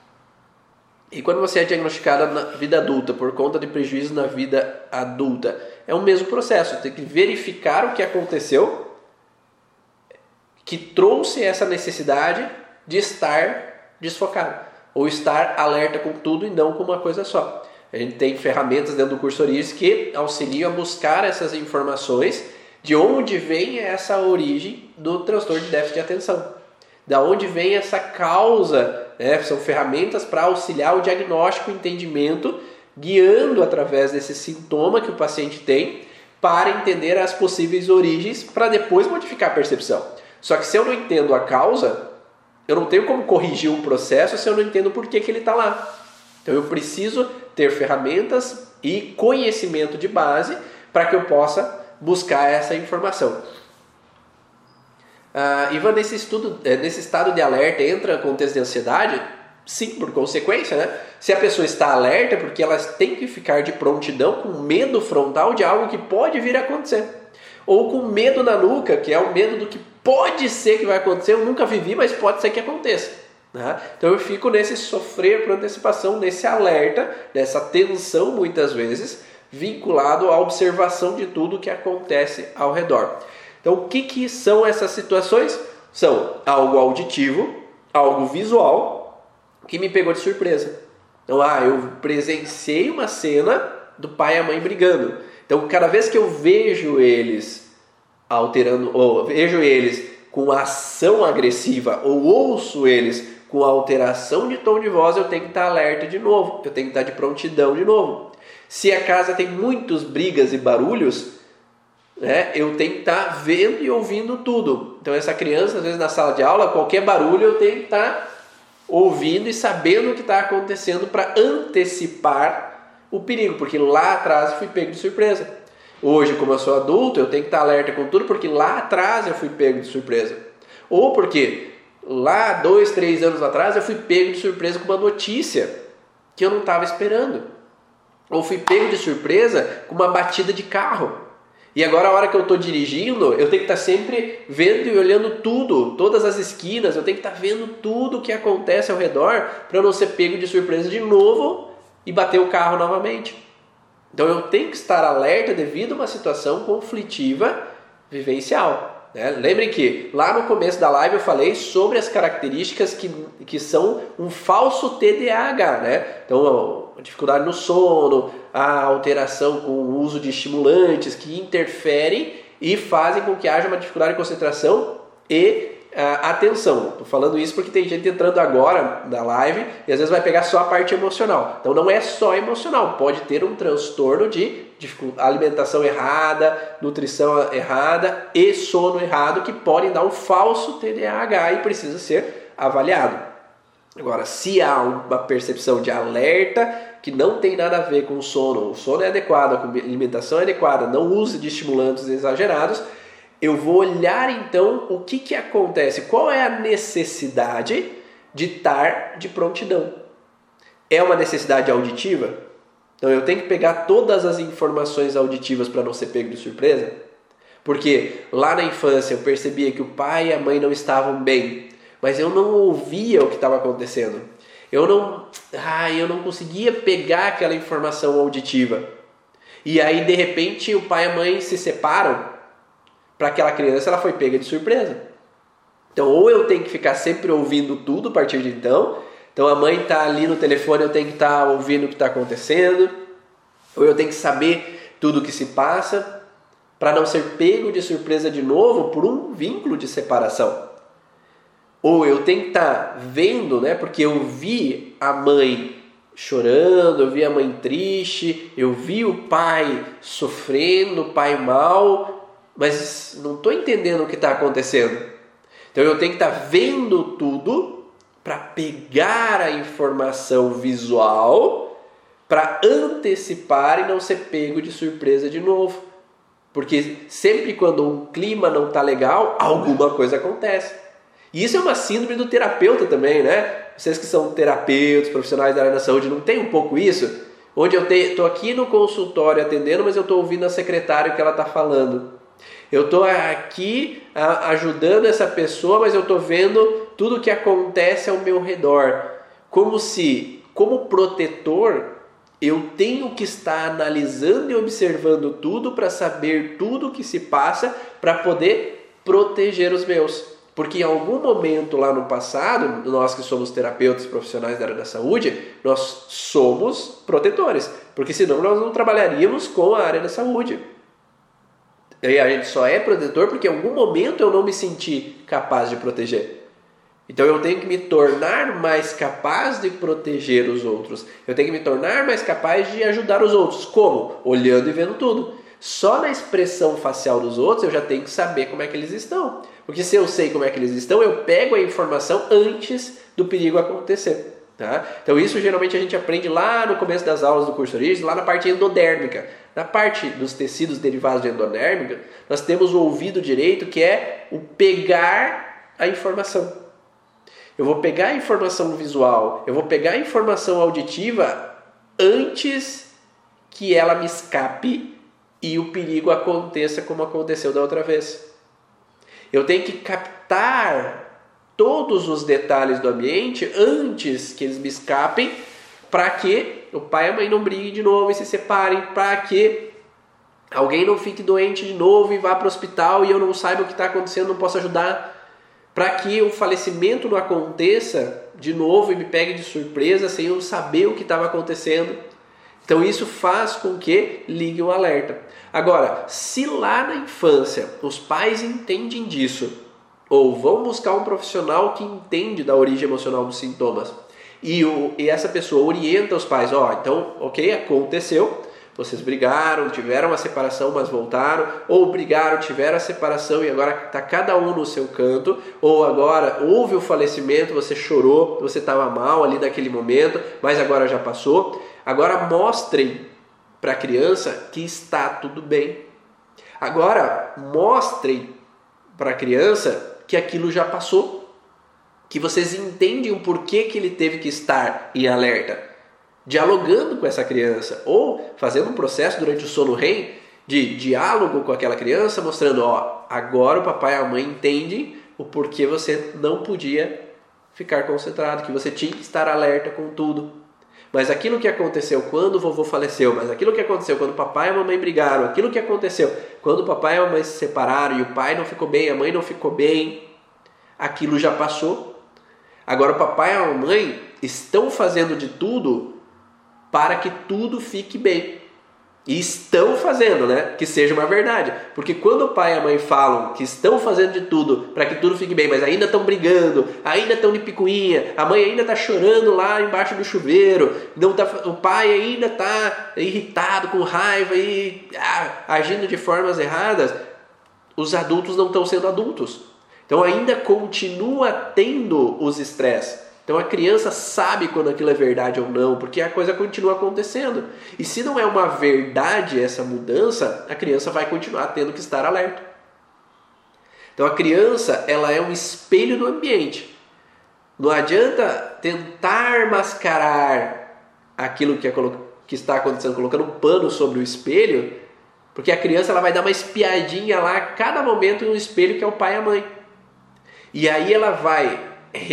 E quando você é diagnosticado na vida adulta por conta de prejuízo na vida adulta, é o mesmo processo. Tem que verificar o que aconteceu, que trouxe essa necessidade de estar desfocado, ou estar alerta com tudo e não com uma coisa só. A gente tem ferramentas dentro do curso Origens que auxiliam a buscar essas informações de onde vem essa origem do transtorno de déficit de atenção. Da onde vem essa causa, né? São ferramentas para auxiliar o diagnóstico e o entendimento, guiando através desse sintoma que o paciente tem para entender as possíveis origens para depois modificar a percepção. Só que se eu não entendo a causa, eu não tenho como corrigir um processo se eu não entendo por que ele está lá. Então eu preciso ter ferramentas e conhecimento de base para que eu possa buscar essa informação. Ivan, nesse estado de alerta entra contexto de ansiedade? Sim, por consequência, né? Se a pessoa está alerta, é porque ela tem que ficar de prontidão com medo frontal de algo que pode vir a acontecer. Ou com medo na nuca, que é o medo do que pode ser que vai acontecer. Eu nunca vivi, mas pode ser que aconteça. Né? Então eu fico nesse sofrer por antecipação, nesse alerta, nessa tensão muitas vezes, vinculado à observação de tudo que acontece ao redor. Então o que são essas situações? São algo auditivo, algo visual, que me pegou de surpresa. Então, eu presenciei uma cena do pai e a mãe brigando. Então, cada vez que eu vejo eles alterando, ou vejo eles com ação agressiva, ou ouço eles com alteração de tom de voz, eu tenho que estar alerta de novo, eu tenho que estar de prontidão de novo. Se a casa tem muitas brigas e barulhos, né, eu tenho que estar vendo e ouvindo tudo. Então, essa criança, às vezes na sala de aula, qualquer barulho eu tenho que estar ouvindo e sabendo o que está acontecendo para antecipar o perigo, porque lá atrás eu fui pego de surpresa. Hoje, como eu sou adulto, eu tenho que estar alerta com tudo, porque lá atrás eu fui pego de surpresa. Ou porque lá 2, 3 anos atrás eu fui pego de surpresa com uma notícia que eu não estava esperando. Ou fui pego de surpresa com uma batida de carro. E agora, a hora que eu estou dirigindo, eu tenho que estar sempre vendo e olhando tudo, todas as esquinas, eu tenho que estar vendo tudo o que acontece ao redor para eu não ser pego de surpresa de novo e bater o carro novamente. Então eu tenho que estar alerta devido a uma situação conflitiva vivencial. Né? Lembrem que lá no começo da live eu falei sobre as características que são um falso TDAH. Né? Então a dificuldade no sono, a alteração com o uso de estimulantes que interferem e fazem com que haja uma dificuldade de concentração e atenção. Estou falando isso porque tem gente entrando agora na live e às vezes vai pegar só a parte emocional. Então não é só emocional, pode ter um transtorno de alimentação errada, nutrição errada e sono errado que podem dar um falso TDAH e precisa ser avaliado. Agora, se há uma percepção de alerta que não tem nada a ver com o sono é adequado, a alimentação é adequada, não use de estimulantes exagerados, eu vou olhar então o que acontece, qual é a necessidade de estar de prontidão. É uma necessidade auditiva? Então eu tenho que pegar todas as informações auditivas para não ser pego de surpresa? Porque lá na infância eu percebia que o pai e a mãe não estavam bem, mas eu não ouvia o que estava acontecendo. Eu não conseguia pegar aquela informação auditiva. E aí de repente o pai e a mãe se separam. Para aquela criança ela foi pega de surpresa. Então ou eu tenho que ficar sempre ouvindo tudo a partir de então a mãe está ali no telefone, eu tenho que estar ouvindo o que está acontecendo, ou eu tenho que saber tudo o que se passa para não ser pego de surpresa de novo por um vínculo de separação. Ou eu tenho que estar vendo, né, porque eu vi a mãe chorando, eu vi a mãe triste, eu vi o pai sofrendo, o pai mal, mas não estou entendendo o que está acontecendo. Então eu tenho que estar vendo tudo para pegar a informação visual, para antecipar e não ser pego de surpresa de novo. Porque sempre quando um clima não está legal, alguma coisa acontece. E isso é uma síndrome do terapeuta também, né? Vocês que são terapeutas, profissionais da área da saúde, não tem um pouco isso? Onde eu estou aqui no consultório atendendo, mas eu estou ouvindo a secretária o que ela está falando. Eu estou aqui ajudando essa pessoa, mas eu estou vendo tudo o que acontece ao meu redor. Como se, como protetor, eu tenho que estar analisando e observando tudo para saber tudo o que se passa para poder proteger os meus. Porque em algum momento lá no passado, nós que somos terapeutas profissionais da área da saúde, nós somos protetores. Porque senão nós não trabalharíamos com a área da saúde. E a gente só é protetor porque em algum momento eu não me senti capaz de proteger. Então eu tenho que me tornar mais capaz de proteger os outros. Eu tenho que me tornar mais capaz de ajudar os outros. Como? Olhando e vendo tudo. Só na expressão facial dos outros eu já tenho que saber como é que eles estão. Porque se eu sei como é que eles estão, eu pego a informação antes do perigo acontecer. Tá? Então isso geralmente a gente aprende lá no começo das aulas do curso Origens, lá na parte endodérmica. Na parte dos tecidos derivados de endodérmica, nós temos o ouvido direito, que é o pegar a informação. Eu vou pegar a informação visual, eu vou pegar a informação auditiva antes que ela me escape e o perigo aconteça como aconteceu da outra vez. Eu tenho que captar todos os detalhes do ambiente antes que eles me escapem, para que o pai e a mãe não briguem de novo e se separem, para que alguém não fique doente de novo e vá para o hospital e eu não saiba o que está acontecendo, não possa ajudar, para que o falecimento não aconteça de novo e me pegue de surpresa sem eu saber o que estava acontecendo. Então isso faz com que ligue o alerta. Agora, se lá na infância os pais entendem disso, ou vão buscar um profissional que entende da origem emocional dos sintomas, e essa pessoa orienta os pais, então, ok, aconteceu, vocês brigaram, tiveram uma separação, mas voltaram, ou brigaram, tiveram a separação e agora está cada um no seu canto, ou agora houve o falecimento, você chorou, você estava mal ali naquele momento, mas agora já passou. Agora mostrem para a criança que está tudo bem. Agora mostrem para a criança que aquilo já passou, que vocês entendem o porquê que ele teve que estar em alerta, dialogando com essa criança, ou fazendo um processo durante o sono REM de diálogo com aquela criança, mostrando, agora o papai e a mãe entendem o porquê você não podia ficar concentrado, que você tinha que estar alerta com tudo. Mas aquilo que aconteceu quando o vovô faleceu, mas aquilo que aconteceu quando o papai e a mamãe brigaram, aquilo que aconteceu quando o papai e a mamãe se separaram e o pai não ficou bem, a mãe não ficou bem, aquilo já passou. Agora o papai e a mamãe estão fazendo de tudo para que tudo fique bem. E estão fazendo, que seja uma verdade. Porque quando o pai e a mãe falam que estão fazendo de tudo para que tudo fique bem, mas ainda estão brigando, ainda estão de picuinha, a mãe ainda está chorando lá embaixo do chuveiro, o pai ainda está irritado, com raiva e agindo de formas erradas, os adultos não estão sendo adultos. Então ainda continua tendo os estresses. Então a criança sabe quando aquilo é verdade ou não, porque a coisa continua acontecendo. E se não é uma verdade essa mudança, a criança vai continuar tendo que estar alerta. Então a criança, ela é um espelho do ambiente. Não adianta tentar mascarar aquilo que está acontecendo, colocando um pano sobre o espelho, porque a criança ela vai dar uma espiadinha lá a cada momento no espelho que é o pai e a mãe. E aí ela vai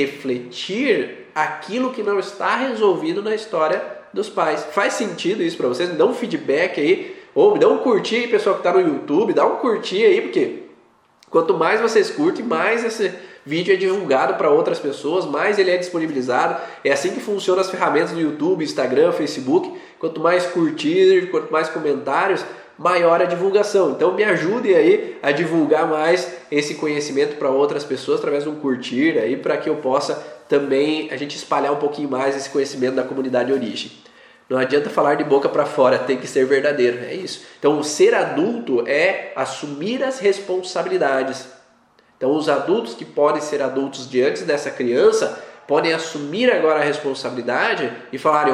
refletir aquilo que não está resolvido na história dos pais. Faz sentido isso para vocês? Me dá um feedback aí, ou me dá um curtir aí, pessoal que está no YouTube, dá um curtir aí, porque quanto mais vocês curtem, mais esse vídeo é divulgado para outras pessoas, mais ele é disponibilizado. É assim que funcionam as ferramentas do YouTube, Instagram, Facebook. Quanto mais curtir, quanto mais comentários, maior a divulgação. Então me ajudem aí a divulgar mais esse conhecimento para outras pessoas através de um curtir aí, para que eu possa também a gente espalhar um pouquinho mais esse conhecimento da comunidade Origem. Não adianta falar de boca para fora, tem que ser verdadeiro, é isso. Então o ser adulto é assumir as responsabilidades. Então os adultos que podem ser adultos diante dessa criança podem assumir agora a responsabilidade e falarem,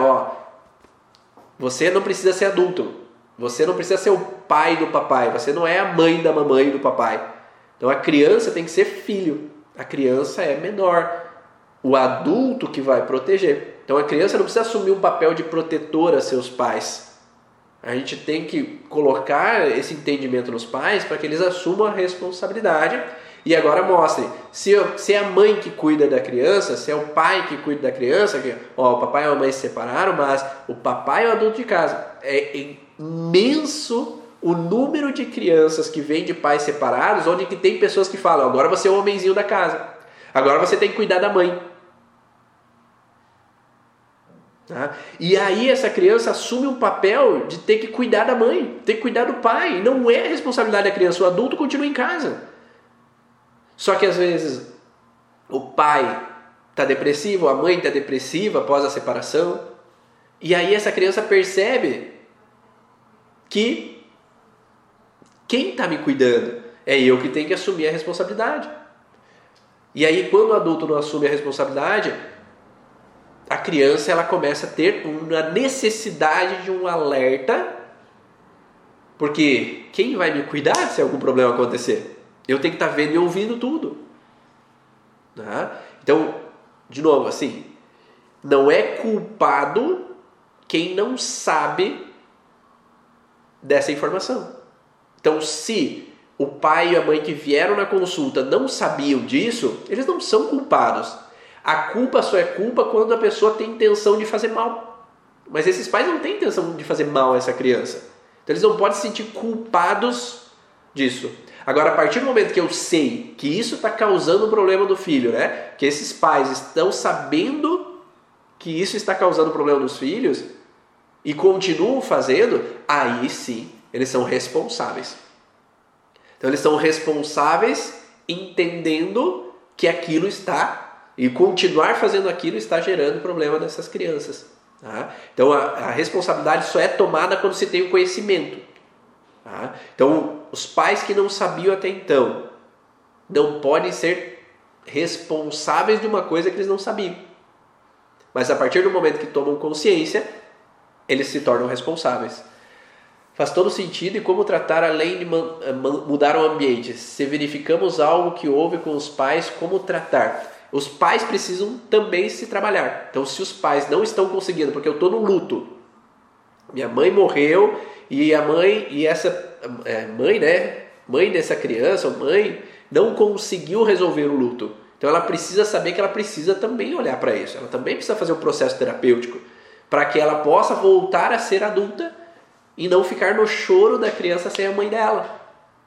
você não precisa ser adulto. Você não precisa ser o pai do papai, você não é a mãe da mamãe do papai. Então a criança tem que ser filho, a criança é menor, o adulto que vai proteger. Então a criança não precisa assumir um papel de protetor a seus pais. A gente tem que colocar esse entendimento nos pais para que eles assumam a responsabilidade. E agora mostrem, se é a mãe que cuida da criança, se é o pai que cuida da criança, o papai e a mamãe se separaram, mas o papai é o adulto de casa. É imenso o número de crianças que vêm de pais separados, onde que tem pessoas que falam, agora você é o homenzinho da casa, agora você tem que cuidar da mãe. Tá? E aí essa criança assume um papel de ter que cuidar da mãe, ter que cuidar do pai. Não é responsabilidade da criança, o adulto continua em casa. Só que às vezes o pai está depressivo, a mãe está depressiva após a separação. E aí essa criança percebe que quem está me cuidando é eu que tenho que assumir a responsabilidade. E aí quando o adulto não assume a responsabilidade, a criança ela começa a ter uma necessidade de um alerta, porque quem vai me cuidar se algum problema acontecer? Eu tenho que estar vendo e ouvindo tudo. Tá? Então, de novo, assim, não é culpado quem não sabe dessa informação. Então, se o pai e a mãe que vieram na consulta não sabiam disso, eles não são culpados. A culpa só é culpa quando a pessoa tem intenção de fazer mal. Mas esses pais não têm intenção de fazer mal a essa criança. Então eles não podem se sentir culpados disso. Agora, a partir do momento que eu sei que isso está causando um problema do filho, né? Que esses pais estão sabendo que isso está causando problema nos filhos e continuam fazendo, aí sim, eles são responsáveis. Então eles são responsáveis entendendo que aquilo está, e continuar fazendo aquilo está gerando problema dessas crianças. Tá? Então a responsabilidade só é tomada quando se tem o conhecimento. Tá? Então os pais que não sabiam até então não podem ser responsáveis de uma coisa que eles não sabiam. Mas a partir do momento que tomam consciência, eles se tornam responsáveis. Faz todo sentido. E como tratar além de mudar o ambiente? Se verificamos algo que houve com os pais, como tratar? Os pais precisam também se trabalhar. Então, se os pais não estão conseguindo, porque eu estou no luto, minha mãe morreu e a mãe e essa mãe, né, mãe dessa criança, ou mãe, não conseguiu resolver o luto. Então, ela precisa saber que ela precisa também olhar para isso. Ela também precisa fazer um processo terapêutico para que ela possa voltar a ser adulta e não ficar no choro da criança sem a mãe dela.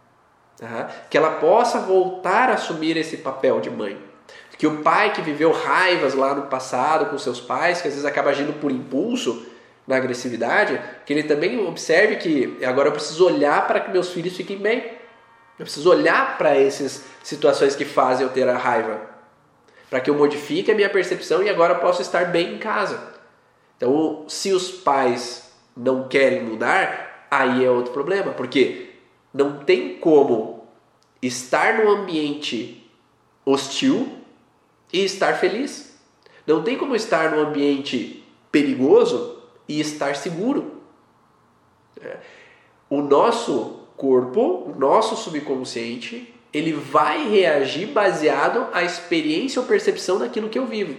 Tá? Que ela possa voltar a assumir esse papel de mãe. Que o pai que viveu raivas lá no passado com seus pais, que às vezes acaba agindo por impulso, na agressividade, que ele também observe que agora eu preciso olhar para que meus filhos fiquem bem. Eu preciso olhar para essas situações que fazem eu ter a raiva, para que eu modifique a minha percepção e agora eu posso estar bem em casa. Então, se os pais não querem mudar, aí é outro problema, porque não tem como estar num ambiente hostil e estar feliz. Não tem como estar num ambiente perigoso e estar seguro. O nosso corpo, o nosso subconsciente, ele vai reagir baseado à experiência ou percepção daquilo que eu vivo.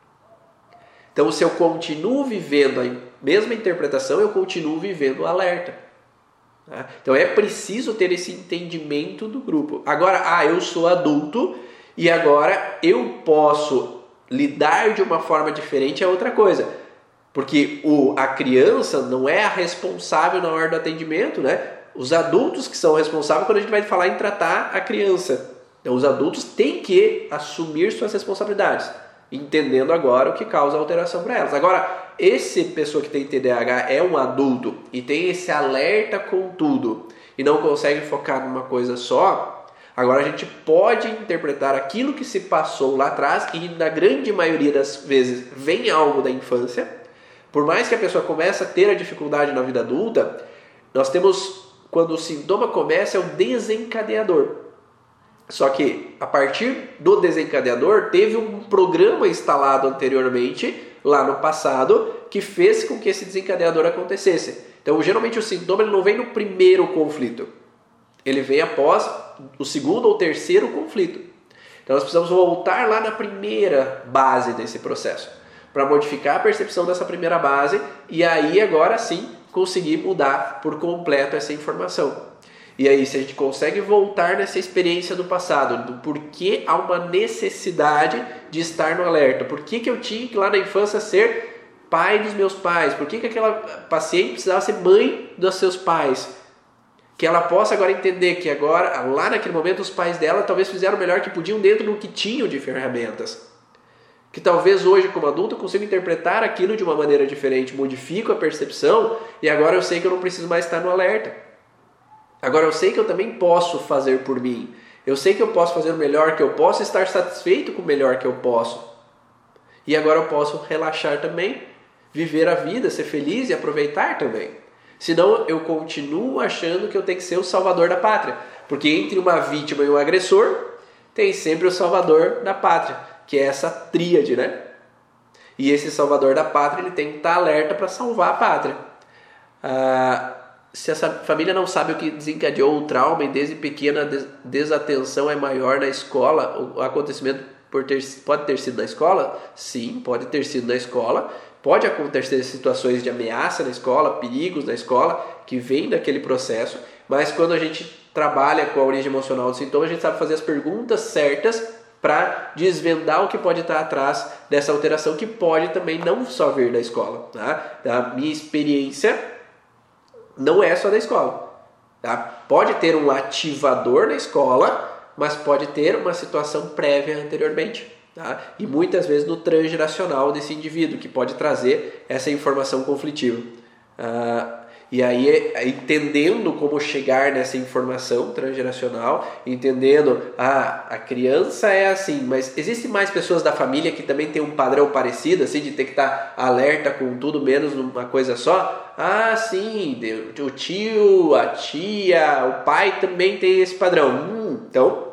Então, se eu continuo vivendo a mesma interpretação, eu continuo vivendo o alerta. Então, é preciso ter esse entendimento do grupo. Agora, eu sou adulto e agora eu posso lidar de uma forma diferente, é outra coisa. Porque a criança não é a responsável na hora do atendimento, né? Os adultos que são responsáveis quando a gente vai falar em tratar a criança. Então, os adultos têm que assumir suas responsabilidades, entendendo agora o que causa alteração para elas. Agora, esse pessoa que tem TDAH é um adulto e tem esse alerta com tudo e não consegue focar numa coisa só. Agora a gente pode interpretar aquilo que se passou lá atrás e na grande maioria das vezes vem algo da infância. Por mais que a pessoa comece a ter a dificuldade na vida adulta, nós temos, quando o sintoma começa, é o desencadeador. Só que a partir do desencadeador teve um programa instalado anteriormente, lá no passado, que fez com que esse desencadeador acontecesse. Então geralmente o sintoma ele não vem no primeiro conflito. Ele vem após o segundo ou terceiro conflito. Então nós precisamos voltar lá na primeira base desse processo, para modificar a percepção dessa primeira base e aí agora sim conseguir mudar por completo essa informação. E aí se a gente consegue voltar nessa experiência do passado, do porquê há uma necessidade de estar no alerta, por que eu tinha que lá na infância ser pai dos meus pais, por que aquela paciente precisava ser mãe dos seus pais, que ela possa agora entender que agora, lá naquele momento, os pais dela talvez fizeram o melhor que podiam dentro do que tinham de ferramentas. Que talvez hoje, como adulto, eu consiga interpretar aquilo de uma maneira diferente, modifico a percepção e agora eu sei que eu não preciso mais estar no alerta. Agora eu sei que eu também posso fazer por mim. Eu sei que eu posso fazer o melhor que eu posso e estar satisfeito com o melhor que eu posso. E agora eu posso relaxar também, viver a vida, ser feliz e aproveitar também. Senão eu continuo achando que eu tenho que ser o salvador da pátria. Porque entre uma vítima e um agressor, tem sempre o salvador da pátria, que é essa tríade, né? E esse salvador da pátria, ele tem que estar alerta para salvar a pátria. Se essa família não sabe o que desencadeou o trauma e desde pequena a desatenção é maior na escola, o acontecimento pode ter sido na escola? Sim, pode ter sido na escola. Pode acontecer situações de ameaça na escola, perigos na escola, que vem daquele processo, mas quando a gente trabalha com a origem emocional do sintoma, a gente sabe fazer as perguntas certas para desvendar o que pode estar atrás dessa alteração, que pode também não só vir da escola. Tá? Da minha experiência, não é só da escola. Tá? Pode ter um ativador na escola, mas pode ter uma situação prévia anteriormente. Tá? E muitas vezes no transgeracional desse indivíduo, que pode trazer essa informação conflitiva. E aí, entendendo como chegar nessa informação transgeracional, entendendo, a criança é assim, mas existem mais pessoas da família que também tem um padrão parecido, assim, de ter que estar alerta com tudo menos numa coisa só? Sim, o tio, a tia, o pai também tem esse padrão. Então,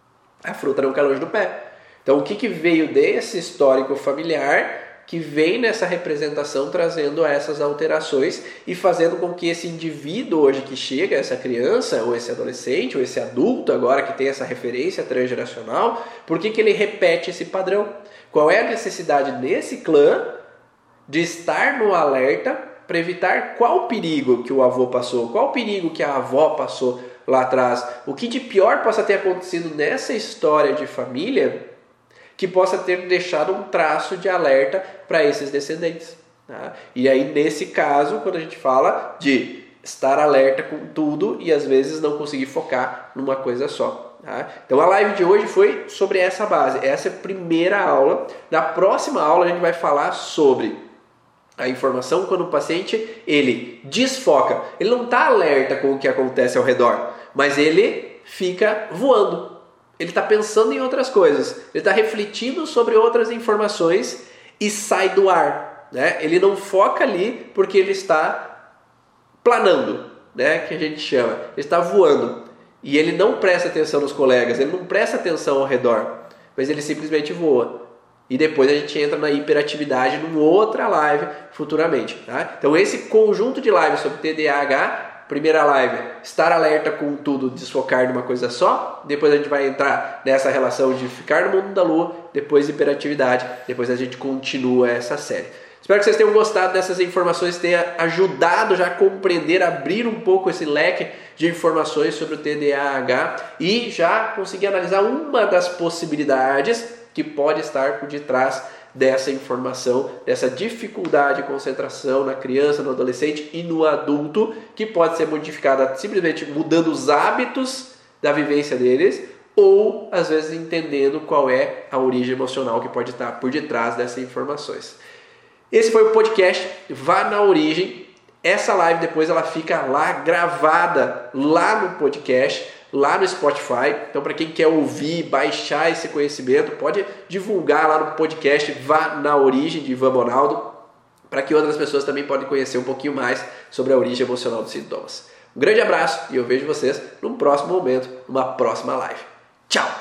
a fruta não cai longe do pé. Então, o que veio desse histórico familiar que vem nessa representação trazendo essas alterações e fazendo com que esse indivíduo hoje que chega, essa criança, ou esse adolescente, ou esse adulto agora que tem essa referência transgeracional, por que ele repete esse padrão? Qual é a necessidade nesse clã de estar no alerta para evitar qual perigo que o avô passou, qual perigo que a avó passou lá atrás, o que de pior possa ter acontecido nessa história de família que possa ter deixado um traço de alerta para esses descendentes. Tá? E aí, nesse caso, quando a gente fala de estar alerta com tudo e às vezes não conseguir focar numa coisa só. Tá? Então, a live de hoje foi sobre essa base. Essa é a primeira aula. Na próxima aula, a gente vai falar sobre a informação quando o paciente ele desfoca. Ele não está alerta com o que acontece ao redor, mas ele fica voando. Ele está pensando em outras coisas, ele está refletindo sobre outras informações e sai do ar. Né? Ele não foca ali porque ele está planando, né? Que a gente chama. Ele está voando e ele não presta atenção nos colegas, ele não presta atenção ao redor, mas ele simplesmente voa. E depois a gente entra na hiperatividade numa outra live futuramente. Tá? Então esse conjunto de lives sobre TDAH, primeira live, estar alerta com tudo, desfocar numa coisa só. Depois a gente vai entrar nessa relação de ficar no mundo da lua, depois hiperatividade, depois a gente continua essa série. Espero que vocês tenham gostado dessas informações, tenha ajudado já a compreender, abrir um pouco esse leque de informações sobre o TDAH e já conseguir analisar uma das possibilidades que pode estar por detrás dessa informação, dessa dificuldade de concentração na criança, no adolescente e no adulto, que pode ser modificada simplesmente mudando os hábitos da vivência deles, ou às vezes entendendo qual é a origem emocional que pode estar por detrás dessas informações. Esse foi o podcast Vá na Origem. Essa live depois ela fica lá gravada lá no podcast, lá no Spotify. Então, para quem quer ouvir, baixar esse conhecimento, pode divulgar lá no podcast Vá na Origem, de Ivan Bonaldo, para que outras pessoas também podem conhecer um pouquinho mais sobre a origem emocional dos sintomas. Um grande abraço e eu vejo vocês num próximo momento, numa próxima live. Tchau!